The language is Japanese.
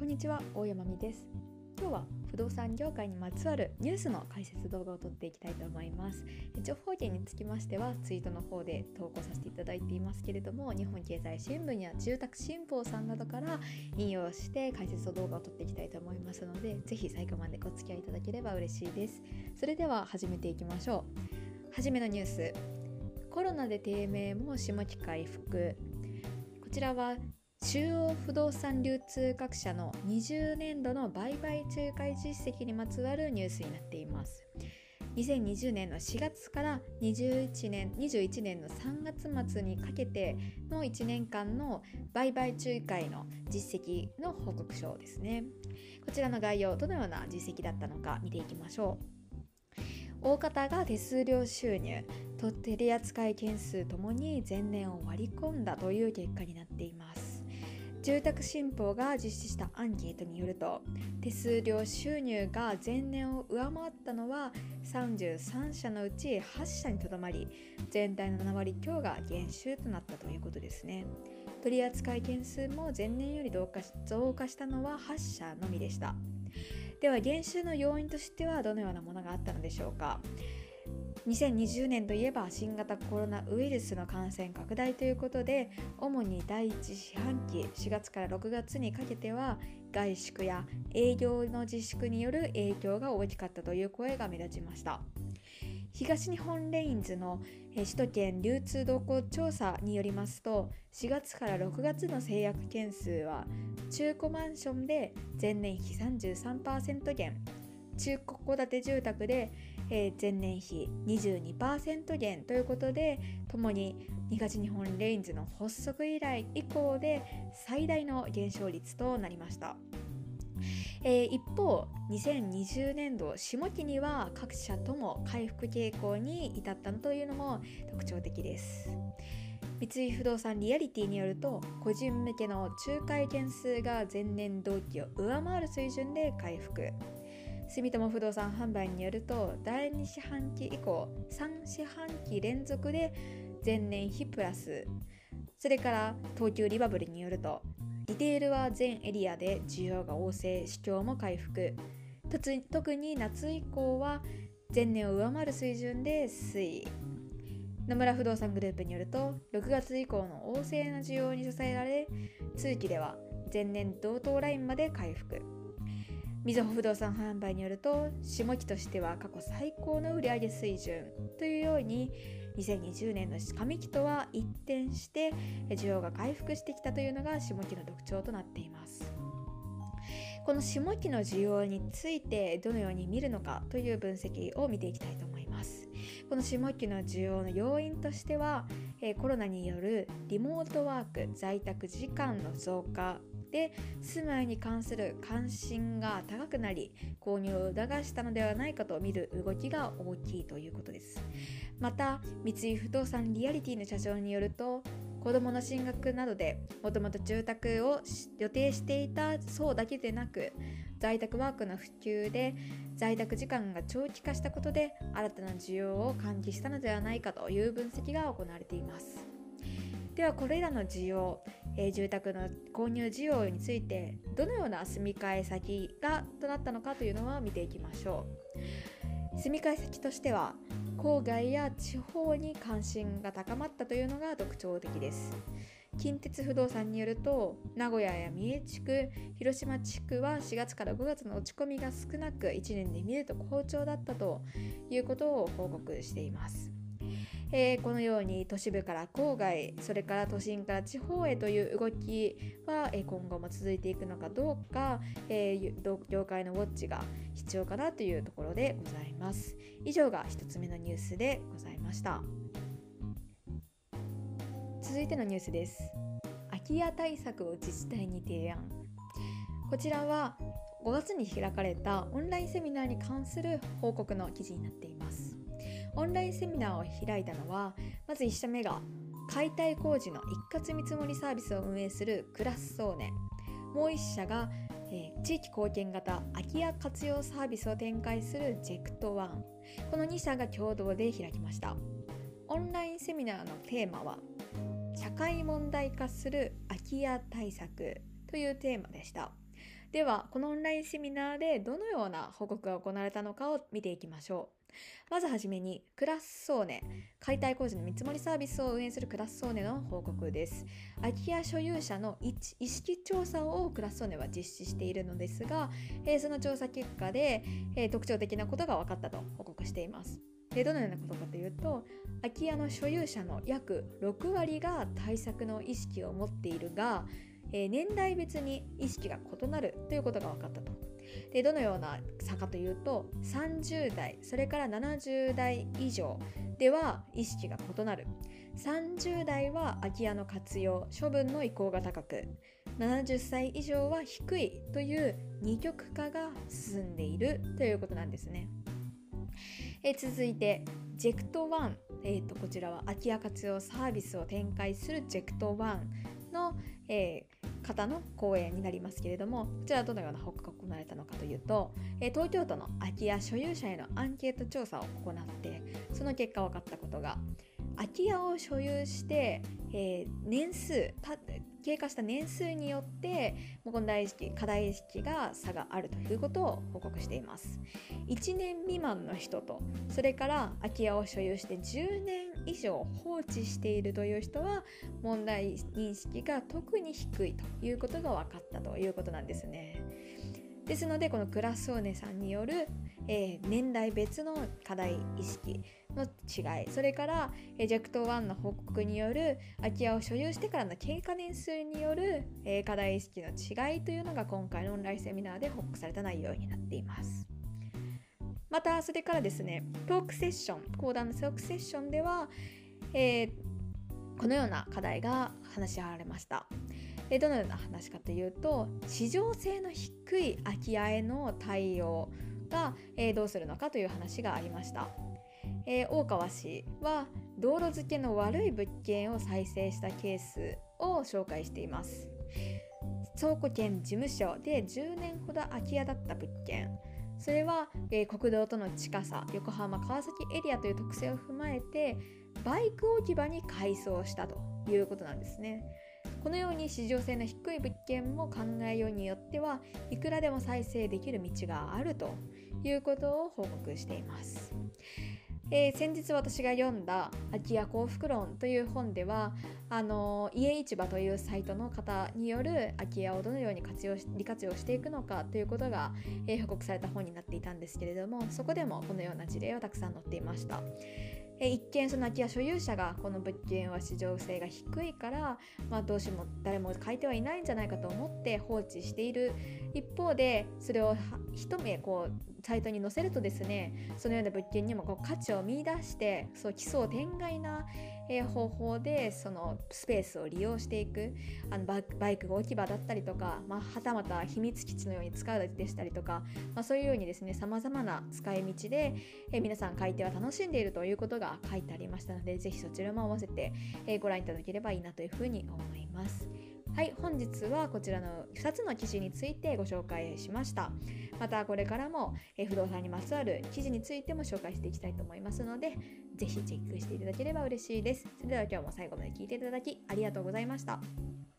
こんにちは、大山美です。今日は不動産業界にまつわるニュースの解説動画を撮っていきたいと思います。情報源につきましてはツイートの方で投稿させていただいていますけれども、日本経済新聞や住宅新報さんなどから引用して解説動画を撮っていきたいと思いますので、ぜひ最後までお付き合いいただければ嬉しいです。それでは始めていきましょう。はじめのニュース、コロナで低迷も下期回復。こちらは中央不動産流通各社の20年度の売買仲介実績にまつわるニュースになっています。2020年の4月から21年の3月末にかけての1年間の売買仲介の実績の報告書ですね。こちらの概要、どのような実績だったのか見ていきましょう。大方が手数料収入と取扱件数ともに前年を割り込んだという結果になっています。住宅新報が実施したアンケートによると、手数料収入が前年を上回ったのは33社のうち8社にとどまり、全体の7割強が減収となったということですね。取扱件数も前年より増加したのは8社のみでした。では減収の要因としてはどのようなものがあったのでしょうか。2020年といえば新型コロナウイルスの感染拡大ということで、主に第1四半期4月から6月にかけては外宿や営業の自粛による影響が大きかったという声が目立ちました。東日本レインズの首都圏流通動向調査によりますと、4月から6月の成約件数は中古マンションで前年比 33% 減、中古戸建て住宅で前年比 22% 減ということで、ともに東日本レインズの発足以降で最大の減少率となりました。一方、2020年度下期には各社とも回復傾向に至ったというのも特徴的です。三井不動産リアリティによると、個人向けの仲介件数が前年同期を上回る水準で回復。住友不動産販売によると、第2四半期以降3四半期連続で前年比プラス。それから東急リバブルによると、リテールは全エリアで需要が旺盛、市況も回復。特に夏以降は前年を上回る水準で推移。野村不動産グループによると、6月以降の旺盛な需要に支えられ、通期では前年同等ラインまで回復。みずほ不動産販売によると、下期としては過去最高の売上水準というように、2020年の上期とは一転して需要が回復してきたというのが下期の特徴となっています。この下期の需要についてどのように見るのかという分析を見ていきたいと思います。この下期の需要の要因としては、コロナによるリモートワーク、在宅時間の増加で住まいに関する関心が高くなり、購入を促したのではないかと見る動きが大きいということです。また、三井不動産リアリティの社長によると、子どもの進学などでもともと住宅を予定していた層だけでなく、在宅ワークの普及で在宅時間が長期化したことで新たな需要を喚起したのではないかという分析が行われています。ではこれらの需要、住宅の購入需要についてどのような住み替え先となったのかというのを見ていきましょう。住み替え先としては郊外や地方に関心が高まったというのが特徴的です。近鉄不動産によると、名古屋や三重地区、広島地区は4月から5月の落ち込みが少なく、1年で見ると好調だったということを報告しています。このように都市部から郊外、それから都心から地方へという動きは今後も続いていくのかどうか、業界のウォッチが必要かなというところでございます。以上が1つ目のニュースでございました。続いてのニュースです。空き家対策を自治体に提案。こちらは5月に開かれたオンラインセミナーに関する報告の記事になっています。オンラインセミナーを開いたのは、まず1社目が解体工事の一括見積もりサービスを運営するクラスソーネ、もう1社が、地域貢献型空き家活用サービスを展開するジェクトワン、この2社が共同で開きました。オンラインセミナーのテーマは社会問題化する空き家対策というテーマでした。 ではこのオンラインセミナーでどのような報告が行われたのかを見ていきましょう。まずはじめにクラスソーネ、解体工事の見積もりサービスを運営するクラスソーネの報告です。空き家所有者の意識調査をクラスソーネは実施しているのですが、その調査結果で、特徴的なことが分かったと報告しています。どのようなことかというと、空き家の所有者の約6割が対策の意識を持っているが、年代別に意識が異なるということが分かったと。どのような差かというと、30代それから70代以上では意識が異なる。30代は空き家の活用処分の意向が高く、70歳以上は低いという二極化が進んでいるということなんですね。続いてジェクトワン、こちらは空き家活用サービスを展開するジェクトワンの、方の講演になりますけれども、こちらはどのような報告が行われたのかというと、東京都の空き家所有者へのアンケート調査を行って、その結果分かったことが、空き家を所有して、経過した年数によって問題意識、課題意識が差があるということを報告しています。1年未満の人と、それから空き家を所有して10年以上放置しているという人は問題認識が特に低いということが分かったということなんですね。ですので、このクラスソーネさんによる、年代別の課題意識の違い、それからジェクト1の報告による空き家を所有してからの経過年数による、課題意識の違いというのが今回のオンラインセミナーで報告された内容になっています。またそれからですね、トークセッション、講談のトークセッションでは、このような課題が話し合われました。どのような話かというと、市場性の低い空き家への対応が、どうするのかという話がありました。大川氏は道路付けの悪い物件を再生したケースを紹介しています。倉庫兼事務所で10年ほど空き家だった物件、それは、国道との近さ、横浜川崎エリアという特性を踏まえてバイク置き場に改装したということなんですね。このように市場性の低い物件も考えようによってはいくらでも再生できる道があるということを報告しています。先日私が読んだ空き家幸福論という本では、家市場というサイトの方による空き家をどのように利活用していくのかということが、報告された本になっていたんですけれども、そこでもこのような事例はたくさん載っていました。一見その空き家所有者がこの物件は市場性が低いから、どうしても誰も買い手はいないんじゃないかと思って放置している一方で、それを一目サイトに載せるとですね、そのような物件にも価値を見出して、奇想天外な方法でそのスペースを利用していく、バイクが置き場だったりとか、はたまた秘密基地のように使うでしたりとか、そういうようにですね、様々な使い道で、皆さん買い手は楽しんでいるということが書いてありましたので、ぜひそちらも合わせて、ご覧いただければいいなというふうに思います。はい、本日はこちらの2つの記事についてご紹介しました。またこれからも不動産にまつわる記事についても紹介していきたいと思いますので、ぜひチェックしていただければ嬉しいです。それでは今日も最後まで聞いていただきありがとうございました。